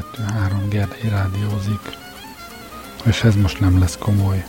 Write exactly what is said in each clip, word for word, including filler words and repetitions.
kettő három Gerlei rádiózik, és ez most nem lesz komoly.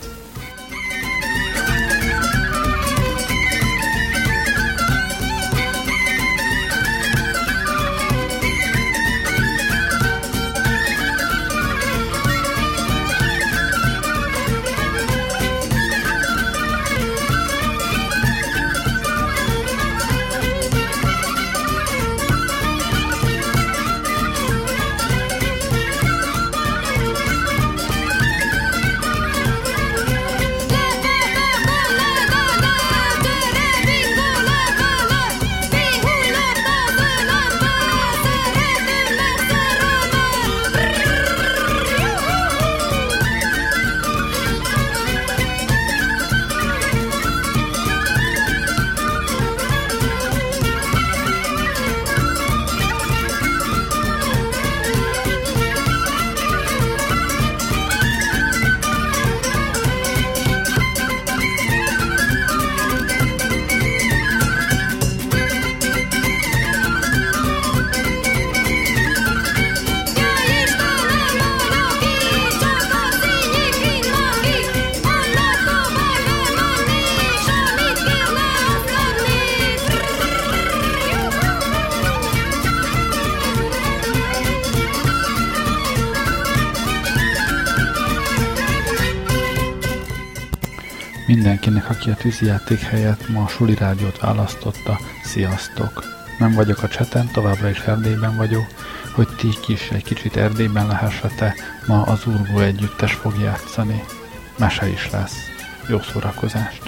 Mindenkinek, aki a tűzijáték helyett ma a Suli Rádiót választotta, sziasztok! Nem vagyok a cseten, továbbra is Erdélyben vagyok, hogy ti is egy kicsit Erdélyben lehessetek, ma az Urgó együttes fog játszani. Mese is lesz. Jó szórakozást!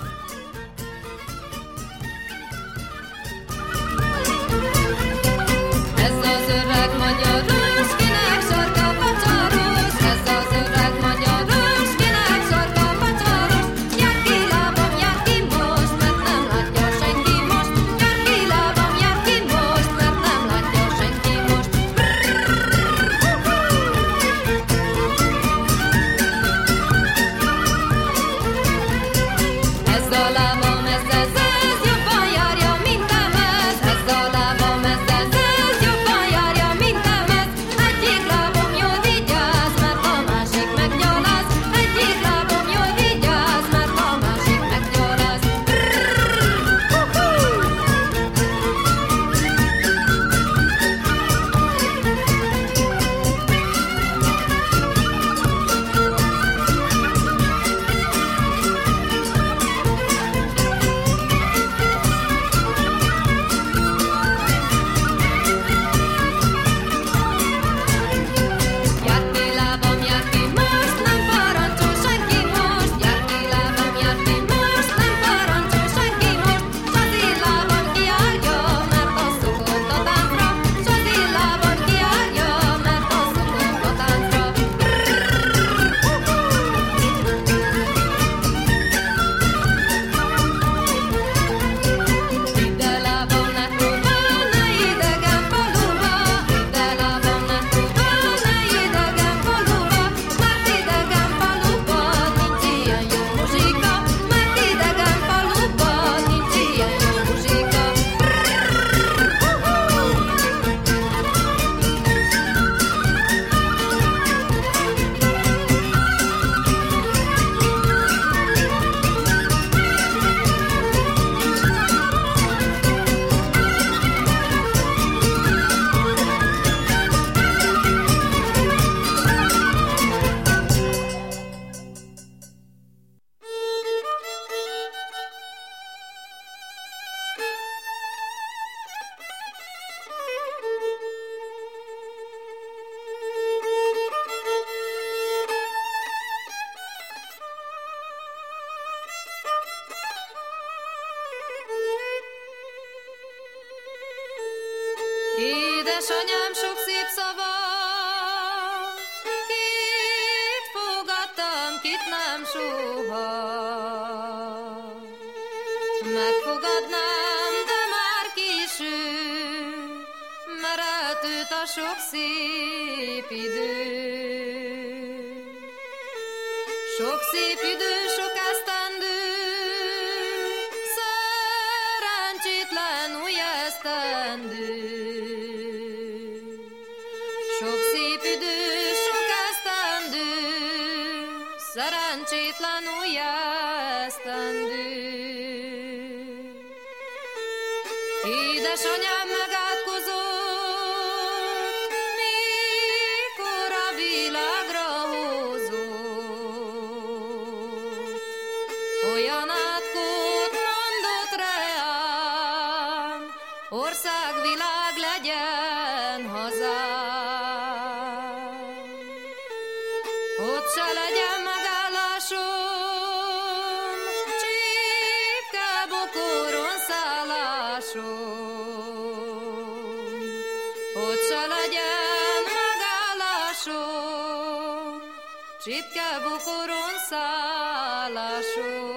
Édesanyám sok szép szava, kit fogadtam, kit nem soha. Megfogadnám, de már késő, mert eltűnt a sok szép idő. Sok szép idő, sok esztendő, szerencsétlen új esztendő. Sok szép Édesanyám megátkozott, mikor a világra hozott. Olyan átkot mondott reám, ország, világ legyen hazám. Ott se legyen megállásom, csípke bokoron szállásom. Ott se legyen megállásom, csípke bokoron szállásom.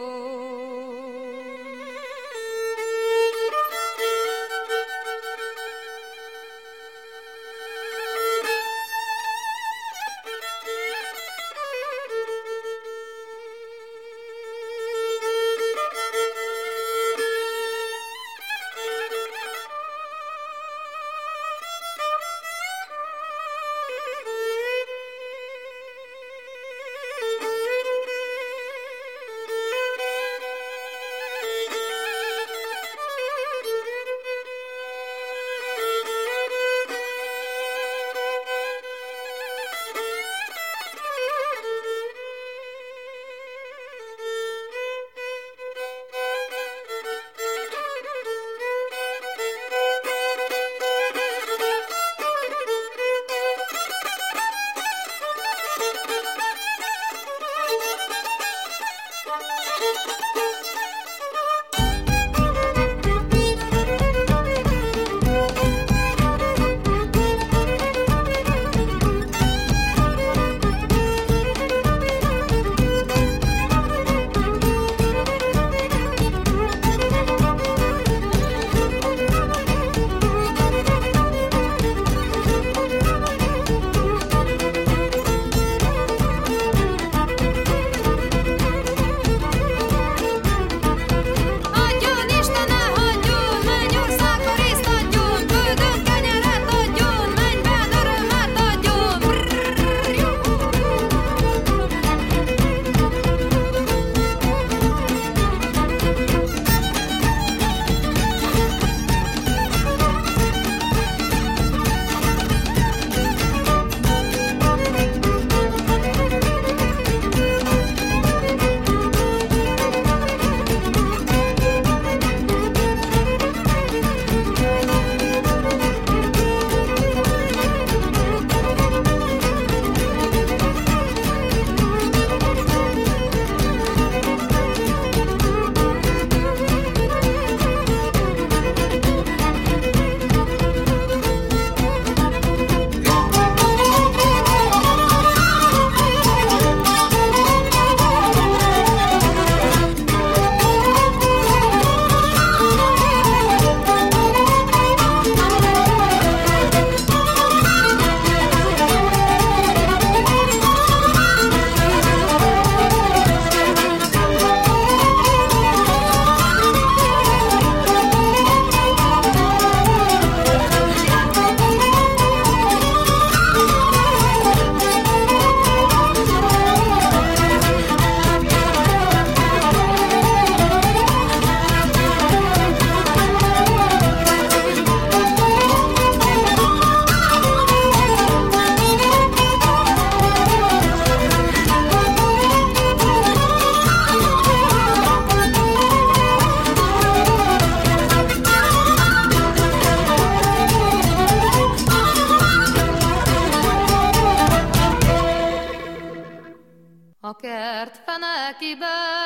A kert fenekibe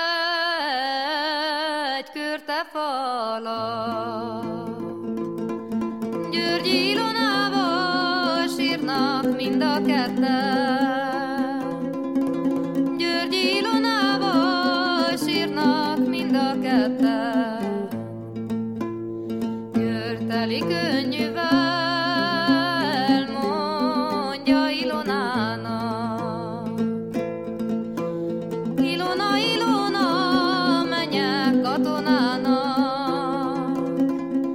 egy körte falat, György Ilonával sírnak mind a ketten. György Ilonával sírnak mind a ketten. György teli könnyűvel mondja Ilonának: Ilona, Ilona, menjek katonának.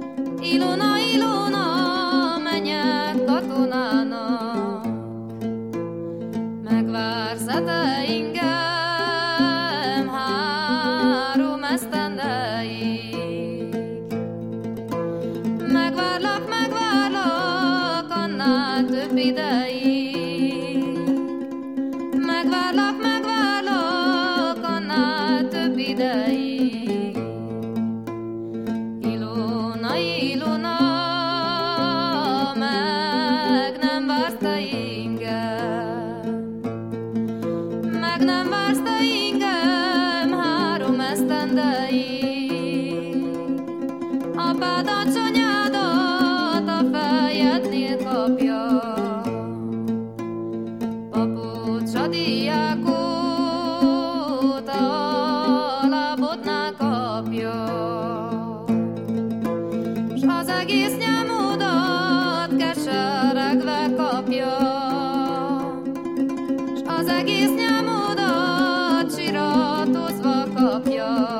ideig. Megvárlak, megvárlak, annál több ideig. Ilona, Ilona, meg nem vársz te ingem. Meg nem vársz te ingem három esztendeig. Apádat, anyádat a fejednél kapja. Papot, sadiákot a lábodnál kapja. S az egész nyámodat keseregve kapja. S az egész nyámodat siratozva kapja.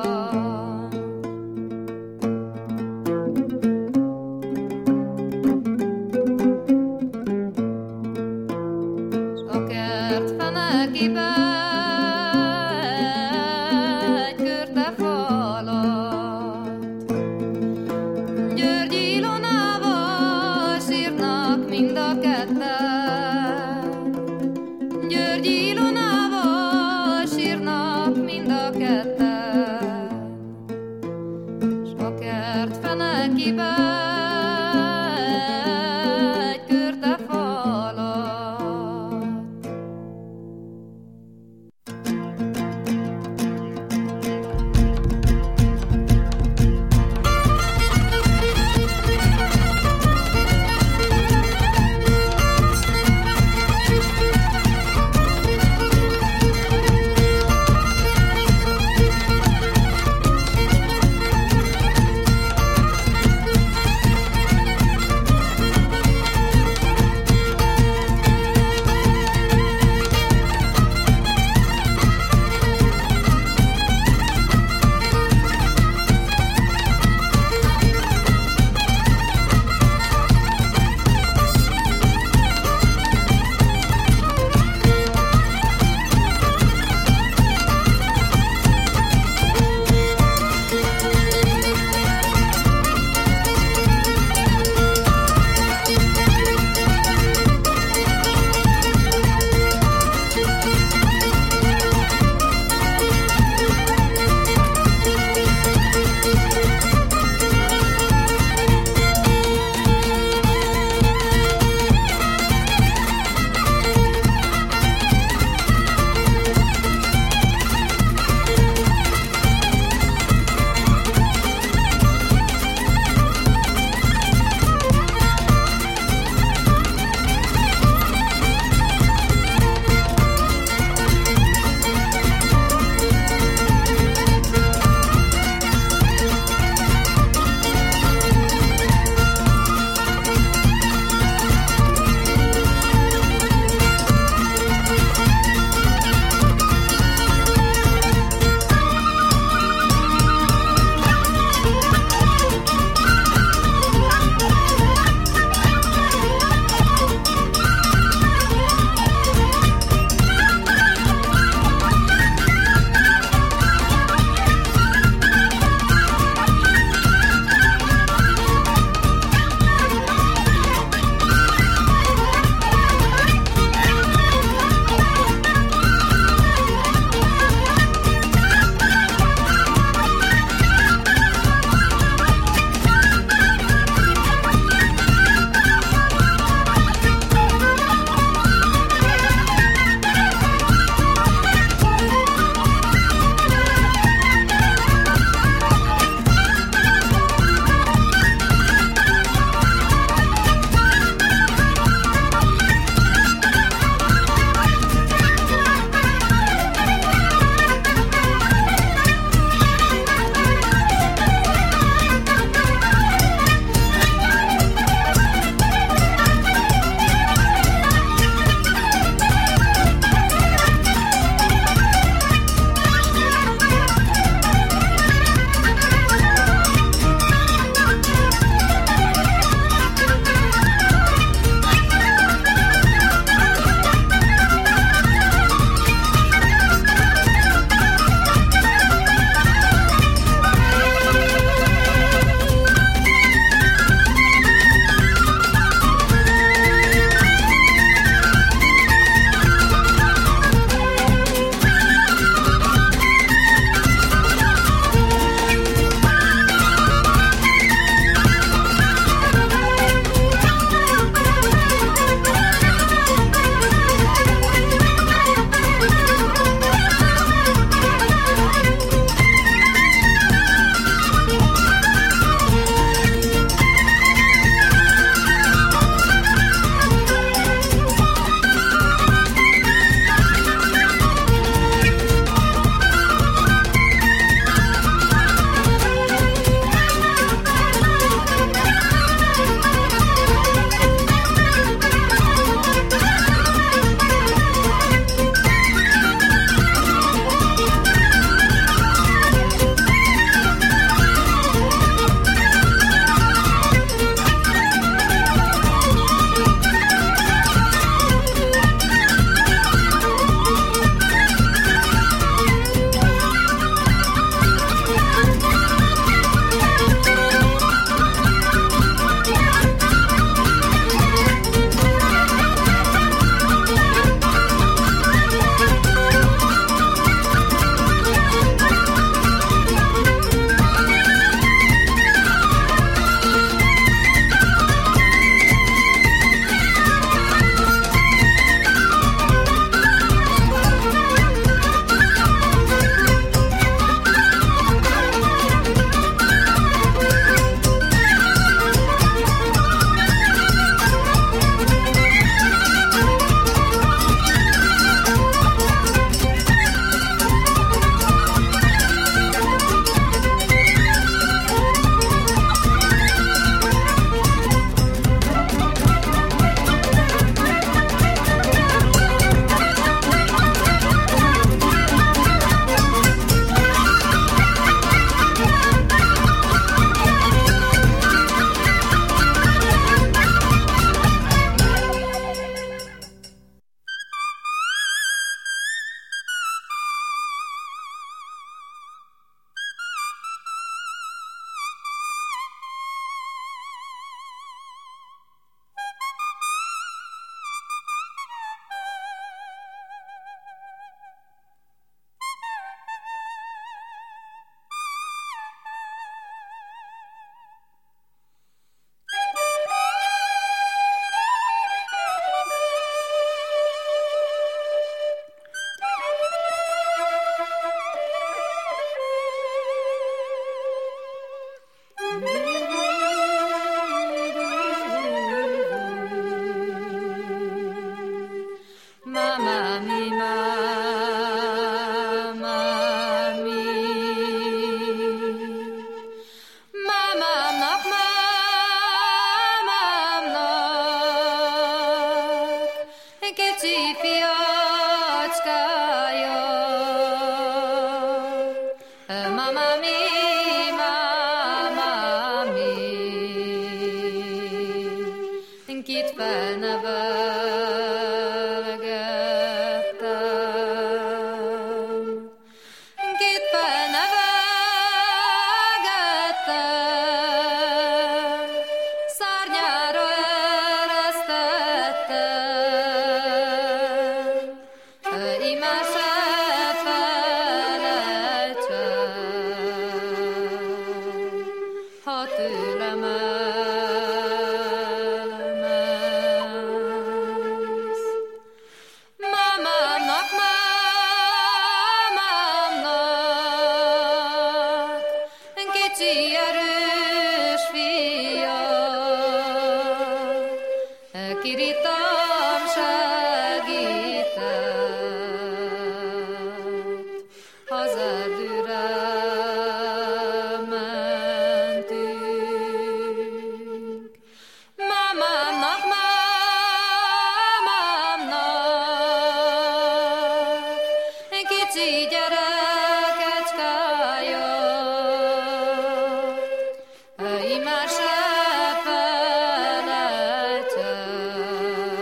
Már se felejtsen.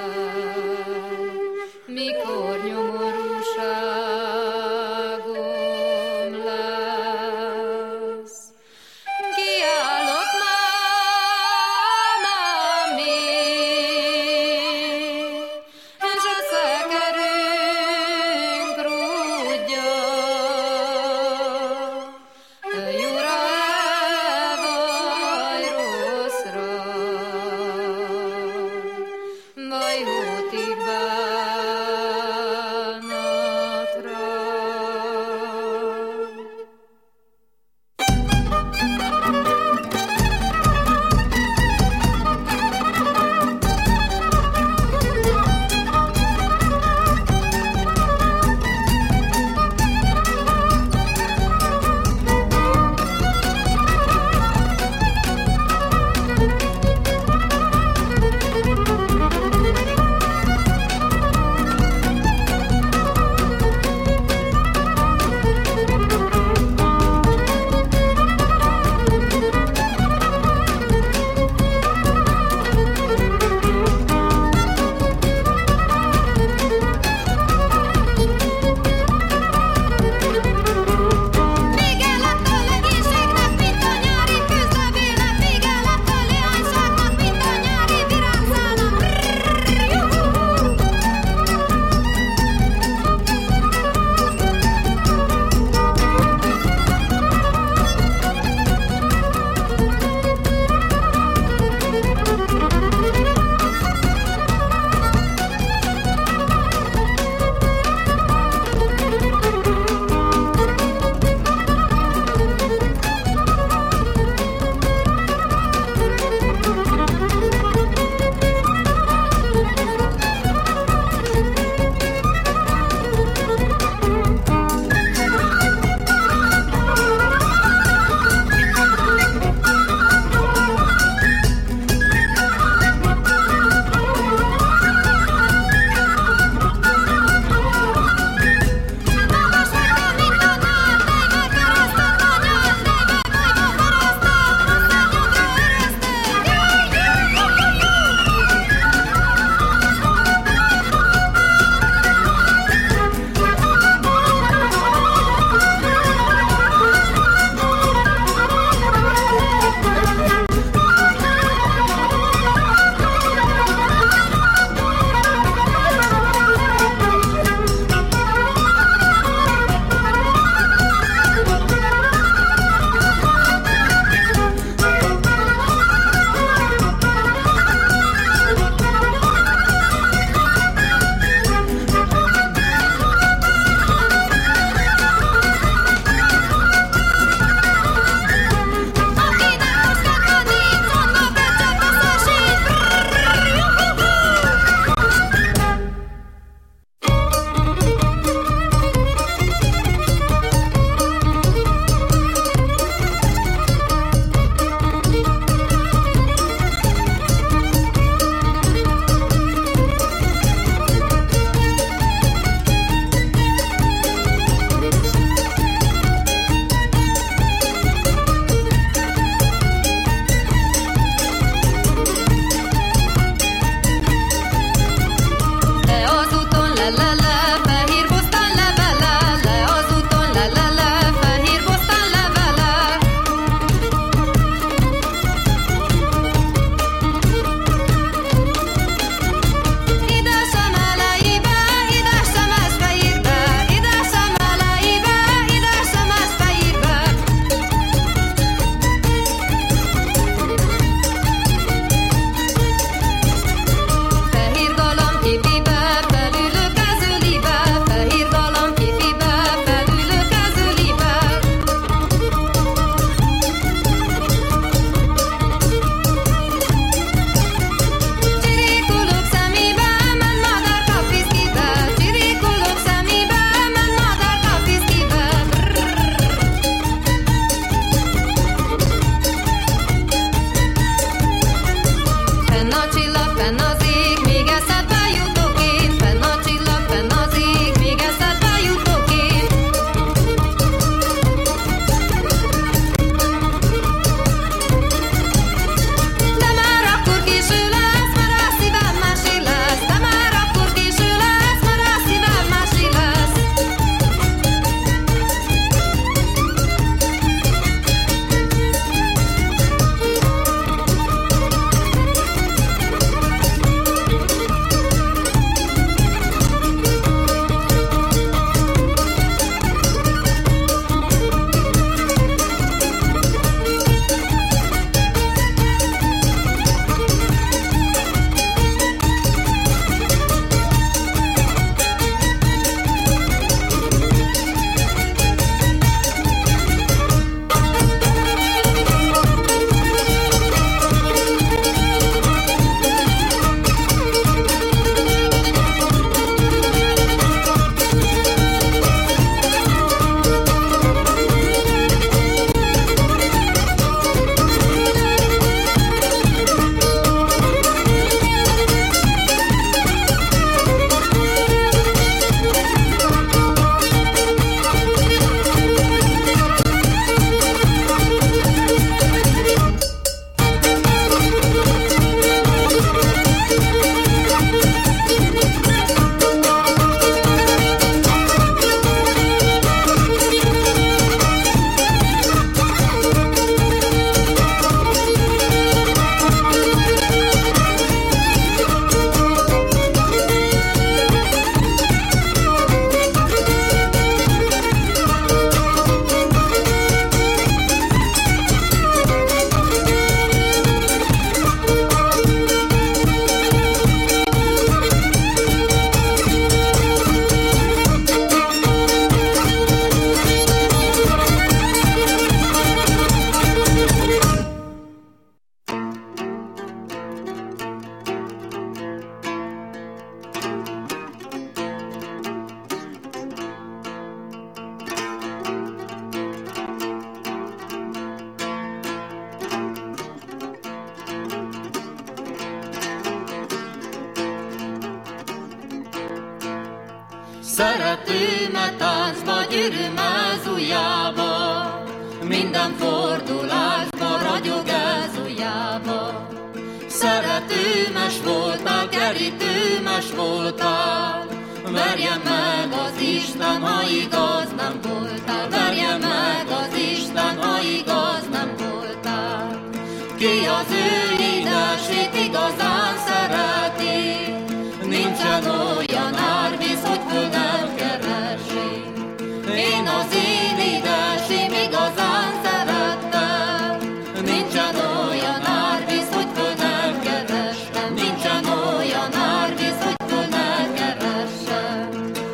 Szeretőmet táncba gyűröm az ujjába, minden fordulásban ragyog az ujjába. Szeretőmes voltál, kerítőmes voltál, verjen meg az Isten, ha igaz nem voltál. Verjen meg az Isten, ha igaz nem voltál. Ki az ő édesét igazán szereti, nincsen olyan árvíz, hogy föl nem keresi. Én az én édesém igazán szerettem, nincsen olyan árvíz, hogy föl nem kerestem. Nincsen olyan árvíz, hogy föl nem kerestem.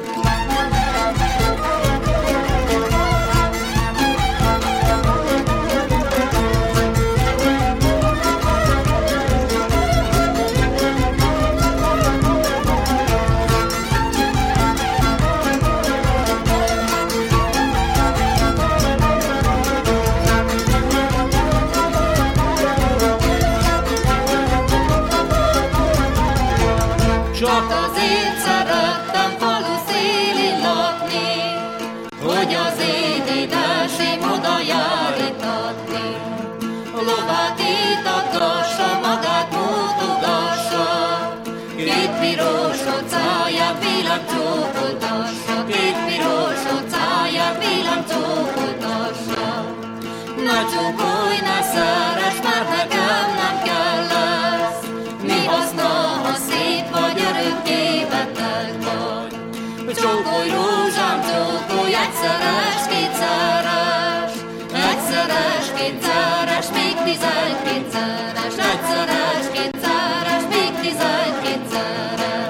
Csak azért szerettem falu szélén lakni, hogy az én édesém oda járítatni. Lovát ítatassa, magát módogassa, két piros ocáját villámcsókoltassa, két piros ocáját villámcsókoltassa. Ne csókolj, ne szeress, mert nekem nem kell lesz. Mi haszna, ha szép vagy, örökké beteg vagy. Csókolj, rózsám, csókolj, egyszeres, kétszeres. Egyszeres, kétszeres, még tizenkétszeres. Egyszeres, kétszeres, még tizenkétszeres.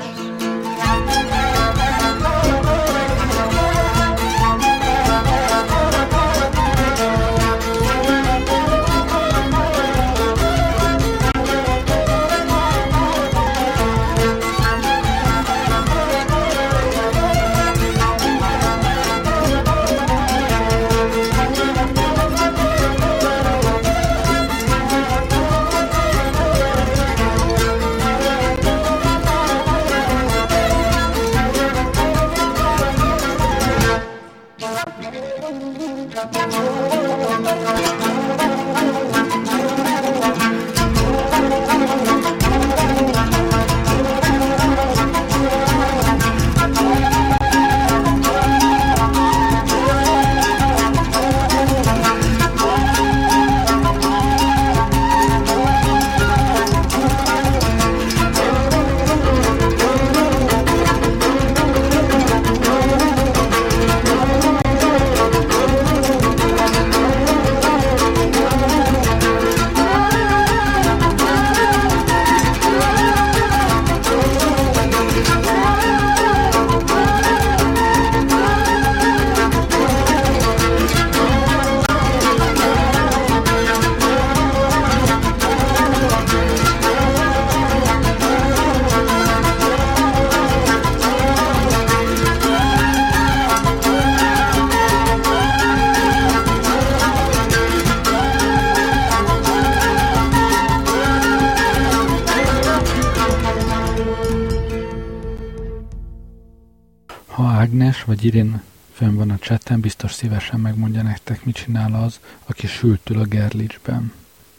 Ágnes vagy Irén fönn van a chatten, biztos szívesen megmondja nektek, mit csinál az, aki sültül a gerlicsben.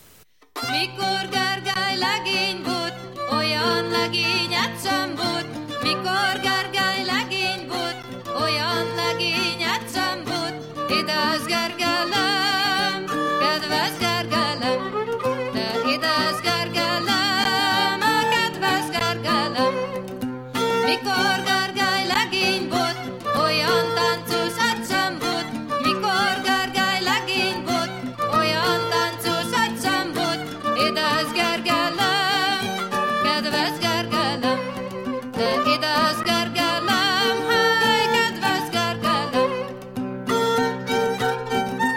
Mikor Gergely legény volt, olyan legényet sem volt. Mikor Gergely legény volt, olyan legényet sem volt. Édes Gergelem, kedves Gergelem, de édes Gergelem, kedves Gergelem. Mikor Gergely legény volt, olyan táncosat sem volt. Mikor Gergely legény volt, olyan táncosat sem volt. Édes Gergelem, kedves Gergelem, de édes Gergelem, háj, kedves Gergelem.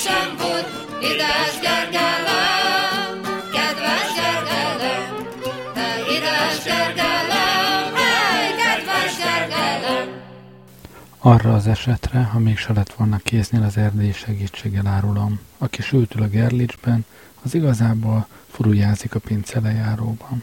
sem volt, édes Gergelem, kedves Gergelem, te édes Gergelem, hely, kedves Gergelem. Arra az esetre, ha mégse lett volna kéznél az erdélyi segítséggel árulom, aki sültül a Gerlicsben, az igazából furujázik a pince lejáróban.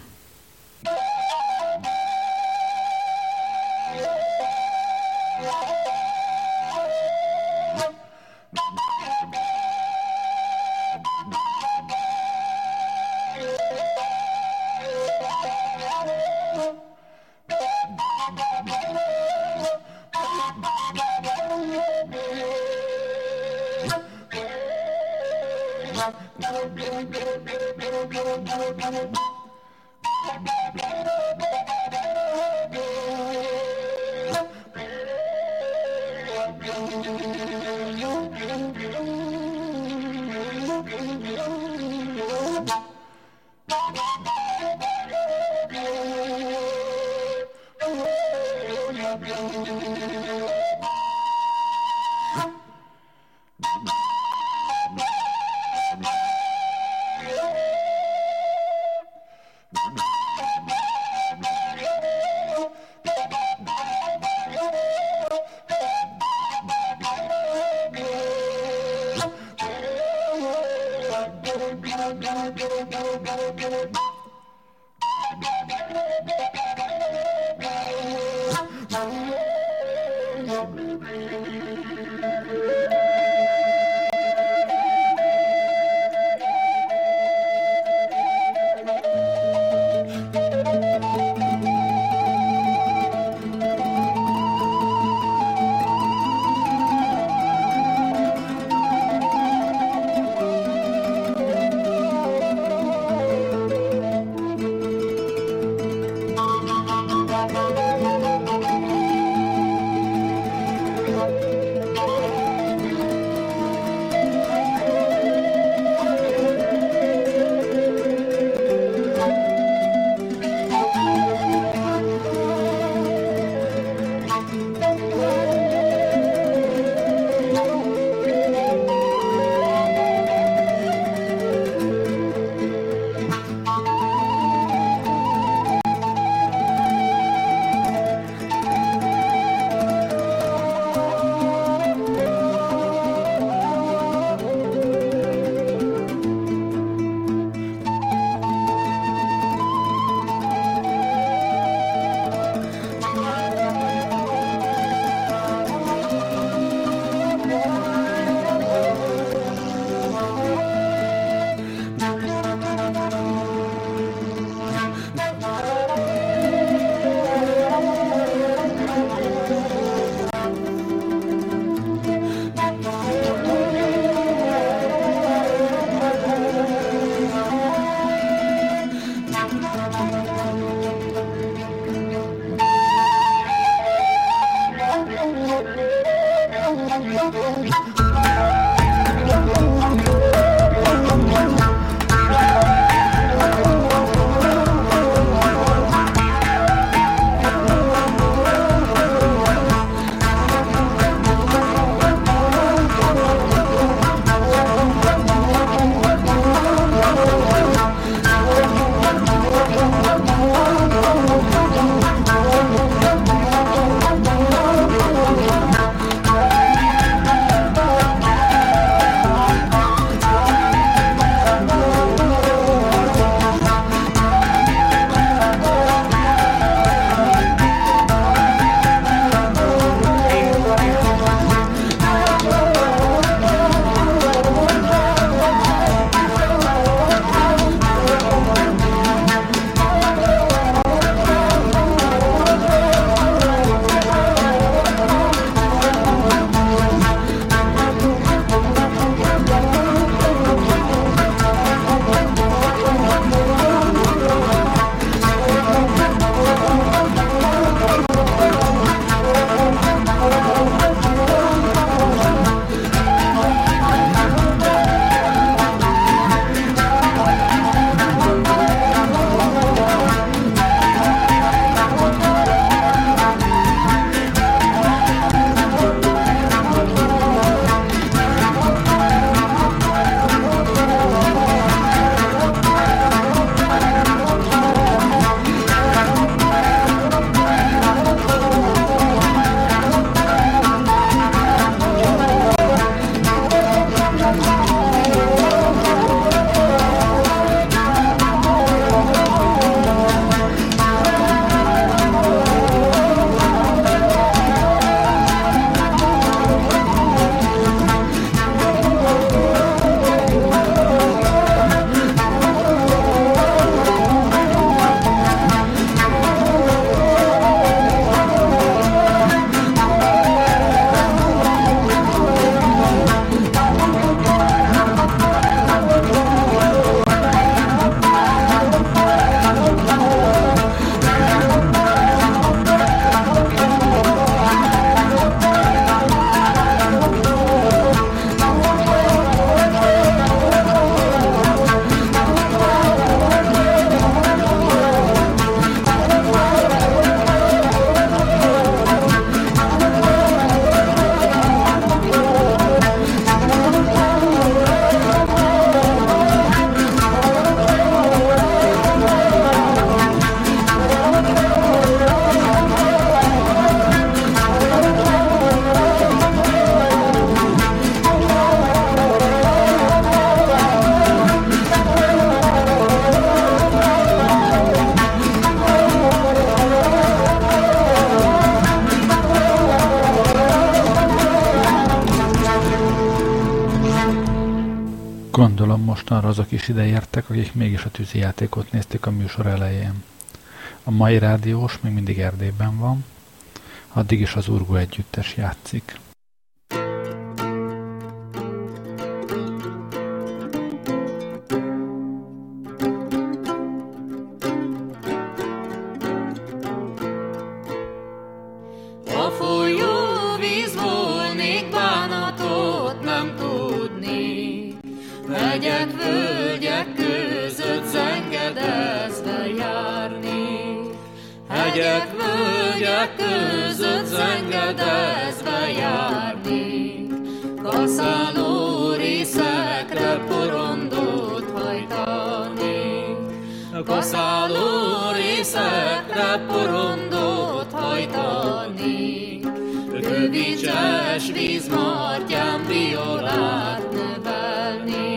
Gondolom mostanra azok is ideértek, akik mégis a tűzijátékot nézték a műsor elején. A mai rádiós még mindig Erdélyben van, addig is az Urgó együttes játszik. Hegyek, völgyek között zengedezve járni, kaszáló részekre porondot hajtani, kaszáló részekre porondot hajtani, rövidses vízmartyán violát nevelni.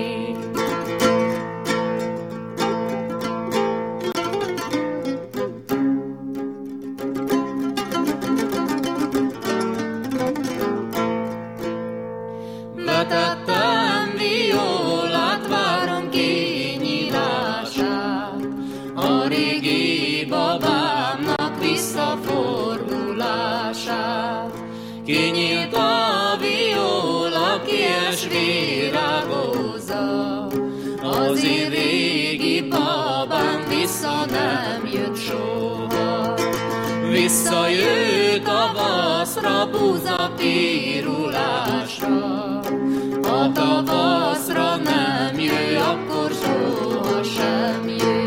Vetettem violát, várom kinyílását, a régi babámnak visszafordulását. Kinyílt a viola, kies virágozza, az én régi babám vissza nem jött soha. Visszajött tavaszra, búza pirulásra, a tavaszra nem jöjj, akkor soha sem jöjj.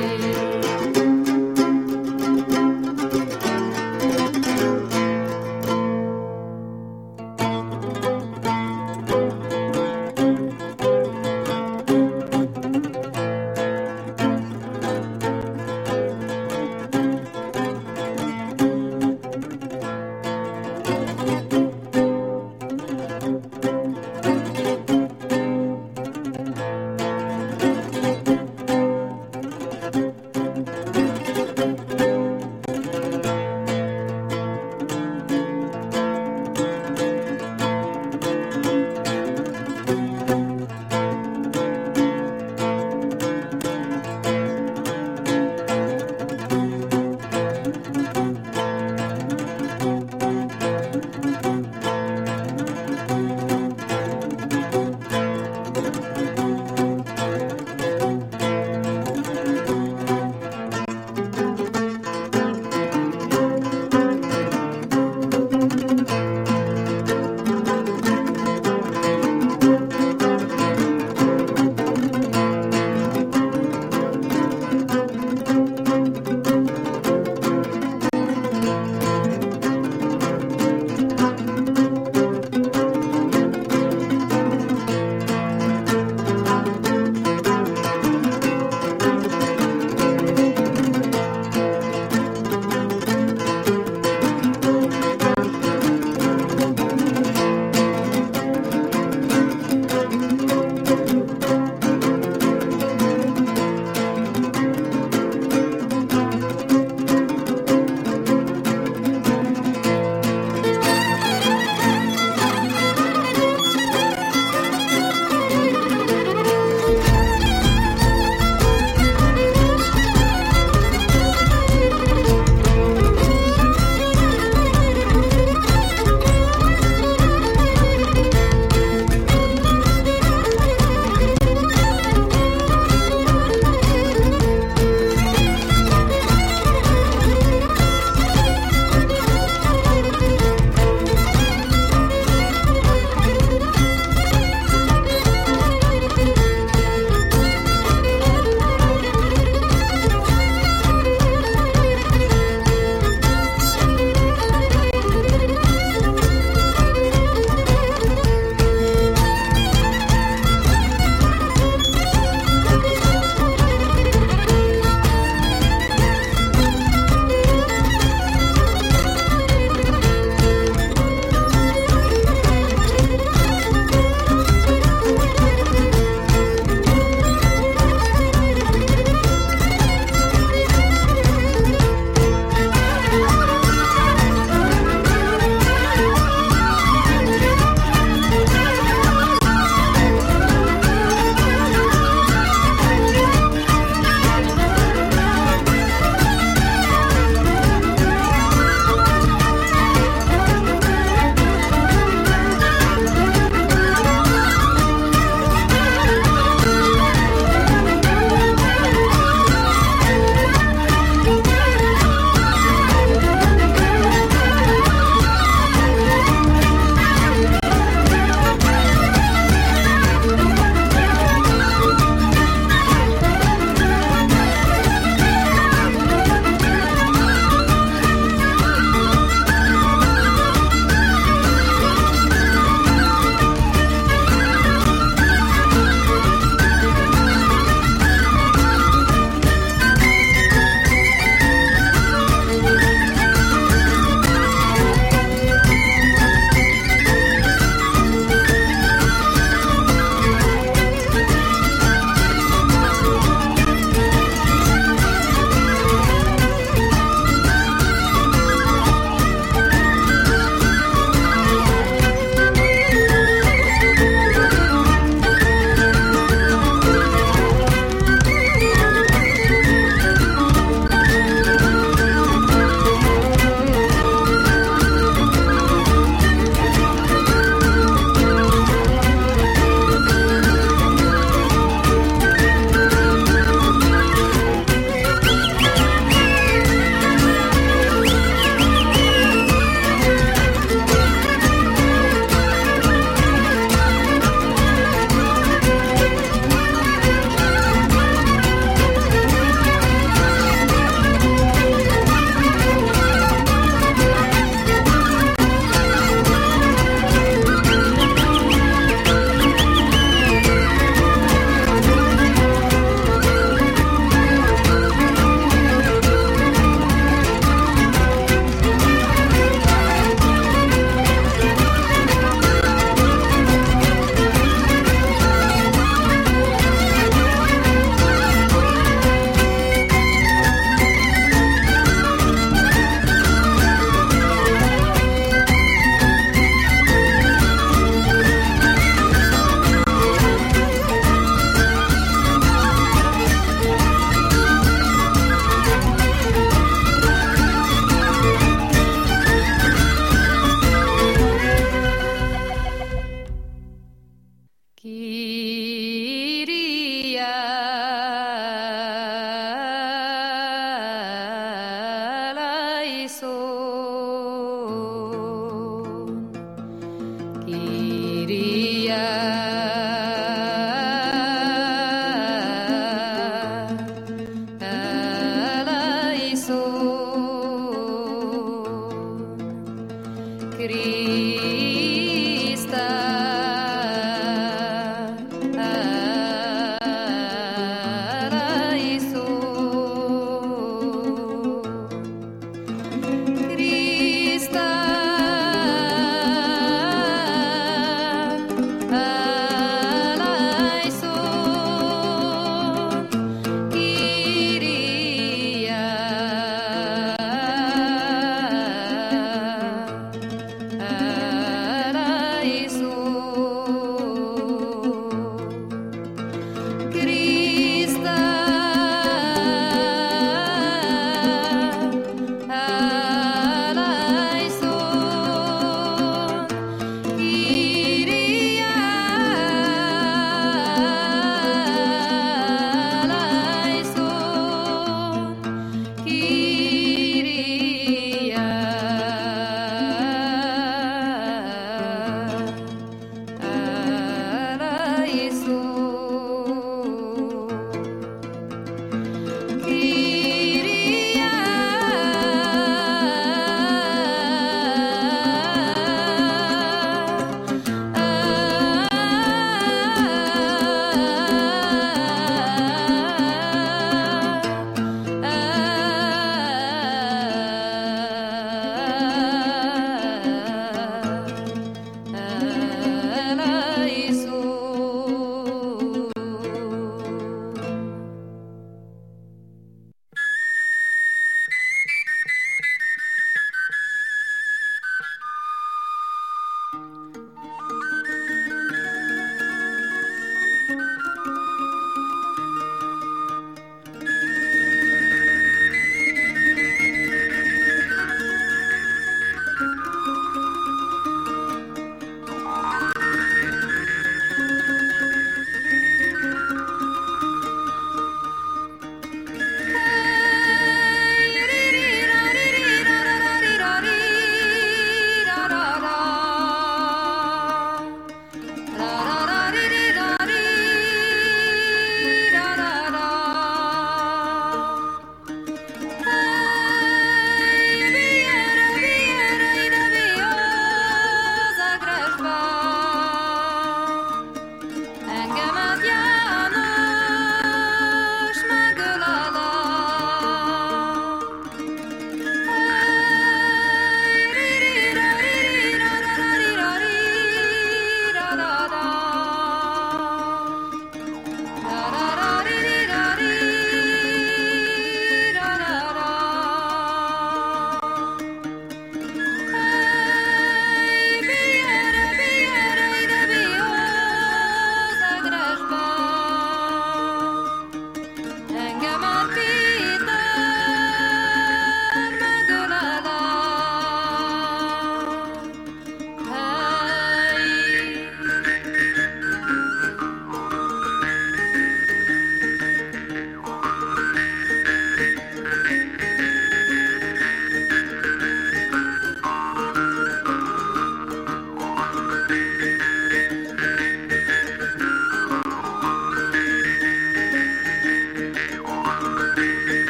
Kyrie,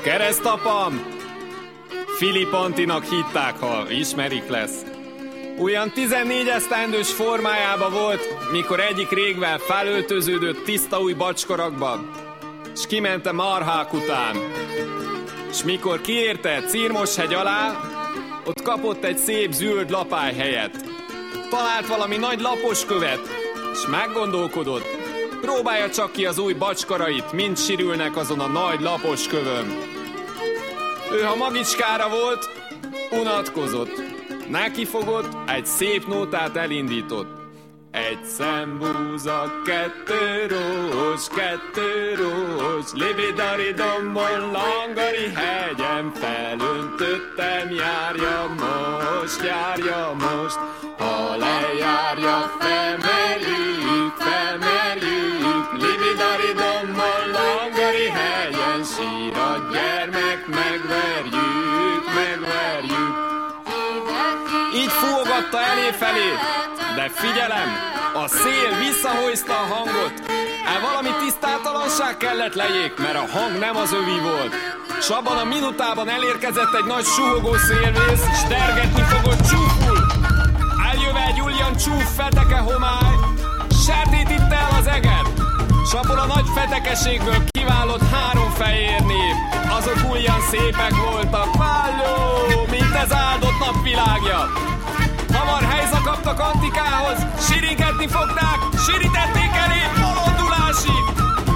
Keresztapam! Filip Antinak hitták, ha ismerik lesz. Olyan tizennégy esztendős formájába volt, mikor egyik régvel felöltöződött tiszta új bacskorakba, s kimente marhák után. S mikor kiérte Cirmoshegy alá, ott kapott egy szép zöld lapály helyet. Talált valami nagy lapos követ, s meggondolkodott, próbálja csak ki az új bacskarait, mind sirülnek azon a nagy lapos kövön. Ő, ha magicskára volt, unatkozott. Neki fogott, egy szép nótát elindított. Egy szembúza, kettő rós, kettő rós, libidaridombon, langari hegyen felöntöttem, járja most, járja most. Ha lejárja, felmerjük, felmerjük, libidaridombon, langari hegyen, sír a gyermek, megverjük, megverjük. Így fújogatta elé-felé, de figyelem, a szél visszahojzta a hangot. El valami tisztátalanság kellett lejék, mert a hang nem az övi volt. S abban a minutában elérkezett egy nagy suhogó szélvész, s dergetni fogott csúful. Eljöve egy ujjan csúf feteke homály, sertét itt el az eger, s abból a nagy fetekeségből kiválott három fehér nép. Azok ujjan szépek voltak, válló, mint ez áldott napvilágja. Hamar helyza kaptak Antikához, siringetni fogták, sirítették elé bolondulásig.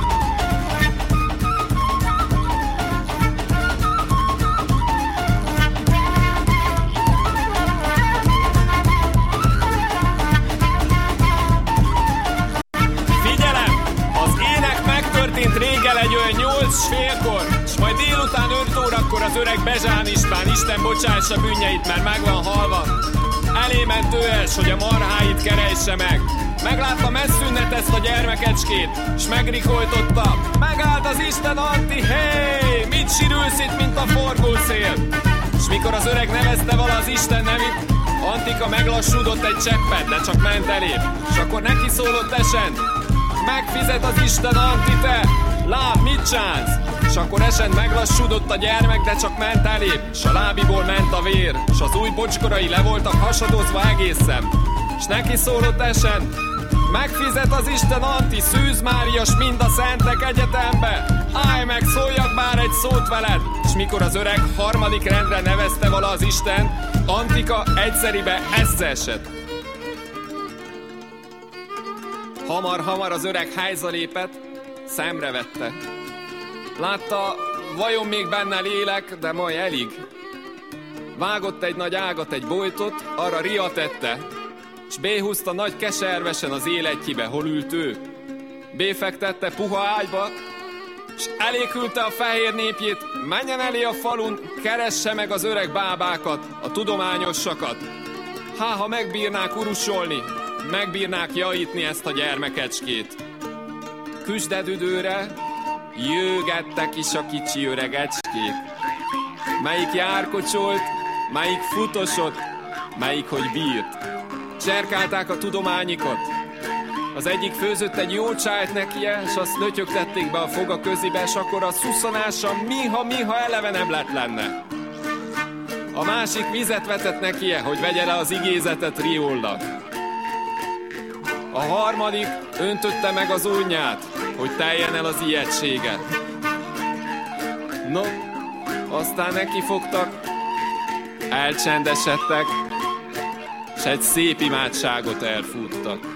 Figyelem! Az ének megtörtént réggel egy olyan nyolc s félkor, s majd délután öt órakor az öreg Bezsán István, Isten bocsássa bűnjeit, mert meg van halva. Elé ment ő es, hogy a marháit keresse meg. Meglátta messzünnet ezt a gyermekecskét, s megrikoltotta. Megállt az Isten Anti, hé, mit sirülsz itt, mint a forgószél? S mikor az öreg nevezte vala az Isten nevét, Antika meglassúdott egy cseppet, de csak ment elébb. S akkor neki szólott esen, megfizet az Isten Anti, te, lám, mit csánsz? S akkor esen meglassúdott a gyermek, de csak ment elébb, s a lábiból ment a vér, s az új bocskorai le voltak hasadozva egészen. S neki szólott esen, megfizet az Isten Anti, Szűz Mária, s mind a szentek egyetembe, állj meg, szóljak bár egy szót veled. S mikor az öreg harmadik rendre nevezte vala az Isten, Antika egyszeribe esze esett. Hamar-hamar az öreg hájza lépett, szemre vette. Látta, vajon még benne lélek, de majd elég. Vágott egy nagy ágat, egy bojtot, arra ria tette, s béhúzta nagy keservesen az életjibe, hol ült ő. Béfektette puha ágyba, s elé küldte a fehér népjét, menjen elé a falun, keresse meg az öreg bábákat, a tudományosakat. Há, ha megbírnák urusolni, megbírnák javítni ezt a gyermekecskét. Küsdedüdőre jögettek is a kicsi öregecskét. Melyik járkocsolt, melyik futosott, melyik hogy bírt. Cserkálták a tudományikat. Az egyik főzött egy jó csájt nekie, s azt lötyögtették be a foga közibe, s akkor a szuszanása miha-miha elevenebb lett lenne. A másik vizet vetett nekie, hogy vegye le az igézetet rióllal. A harmadik öntötte meg az újnyát, hogy teljen el az ijegysége. No, aztán neki fogtak, elcsendesedtek, s egy szép imádságot elfuttak.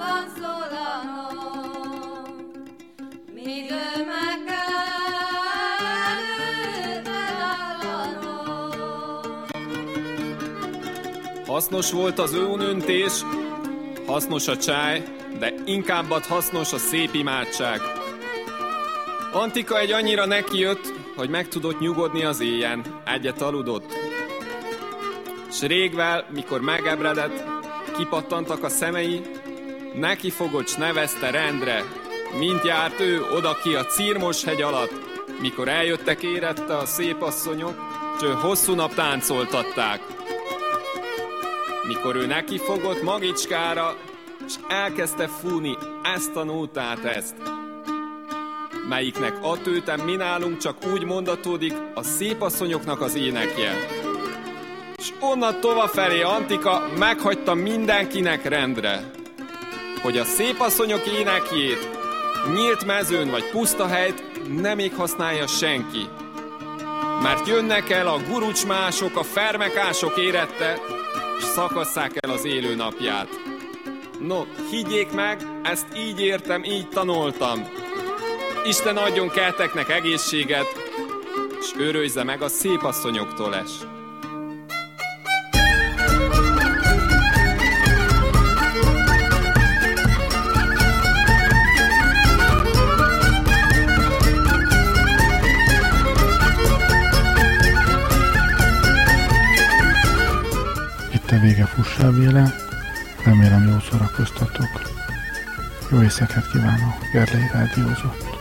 Midő meg kell Hasznos volt az önöntés, hasznos a csáj, de inkább ad hasznos a szép imádság. Antika egy annyira nekijött, hogy meg tudott nyugodni az éjjel, egyet aludott. S régvel, mikor megebredett, kipattantak a szemei, neki fogott, s nevezte rendre, mint járt ő oda ki a Círmos hegy alatt, mikor eljöttek érette a szép asszonyok, s ő hosszú nap táncoltatták. Mikor ő neki fogott magicskára, s elkezdte fúni ezt a nótát, ezt, melyiknek a tőtem mi nálunk csak úgy mondatódik a szép asszonyoknak az énekje. S onnan tovafelé Antika meghagyta mindenkinek rendre, hogy a szép asszonyok énekjét nyílt mezőn vagy puszta helyt nem még használja senki. Mert jönnek el a gurucsmások, a fermekások érette, s szakasszák el az élő napját. No, higgyék meg, ezt így értem, így tanultam. Isten adjon kelteknek egészséget, s őröjze meg a szép asszonyoktól es. Itt a vége Fussál Béla, remélem jól szórakoztatok. Jó éjszakát kívánok, Gerlei rádiózott.